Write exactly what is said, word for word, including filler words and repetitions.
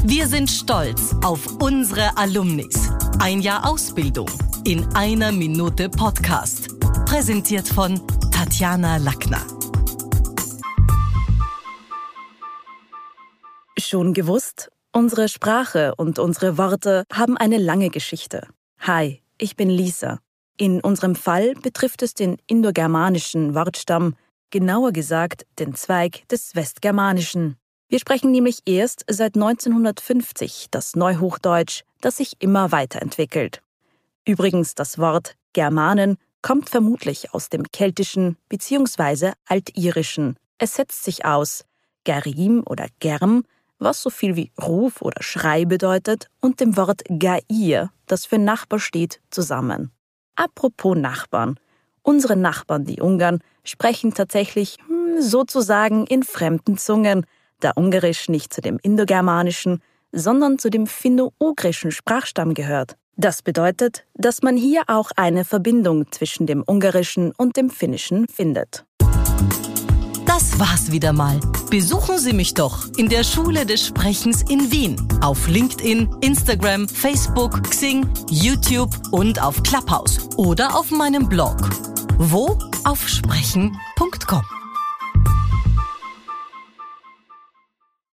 Wir sind stolz auf unsere Alumnis. Ein Jahr Ausbildung in einer Minute Podcast. Präsentiert von Tatjana Lackner. Schon gewusst? Unsere Sprache und unsere Worte haben eine lange Geschichte. Hi, ich bin Lisa. In unserem Fall betrifft es den indogermanischen Wortstamm, genauer gesagt den Zweig des Westgermanischen. Wir sprechen nämlich erst seit neunzehnhundertfünfzig das Neuhochdeutsch, das sich immer weiterentwickelt. Übrigens, das Wort Germanen kommt vermutlich aus dem Keltischen bzw. Altirischen. Es setzt sich aus Gerim oder Germ, was so viel wie Ruf oder Schrei bedeutet, und dem Wort Gair, das für Nachbar steht, zusammen. Apropos Nachbarn. Unsere Nachbarn, die Ungarn, sprechen tatsächlich hm, sozusagen in fremden Zungen, da Ungarisch nicht zu dem Indogermanischen, sondern zu dem finno-ugrischen Sprachstamm gehört. Das bedeutet, dass man hier auch eine Verbindung zwischen dem Ungarischen und dem Finnischen findet. Das war's wieder mal. Besuchen Sie mich doch in der Schule des Sprechens in Wien. Auf LinkedIn, Instagram, Facebook, Xing, YouTube und auf Clubhouse. Oder auf meinem Blog. Wo? Auf sprechen punkt com.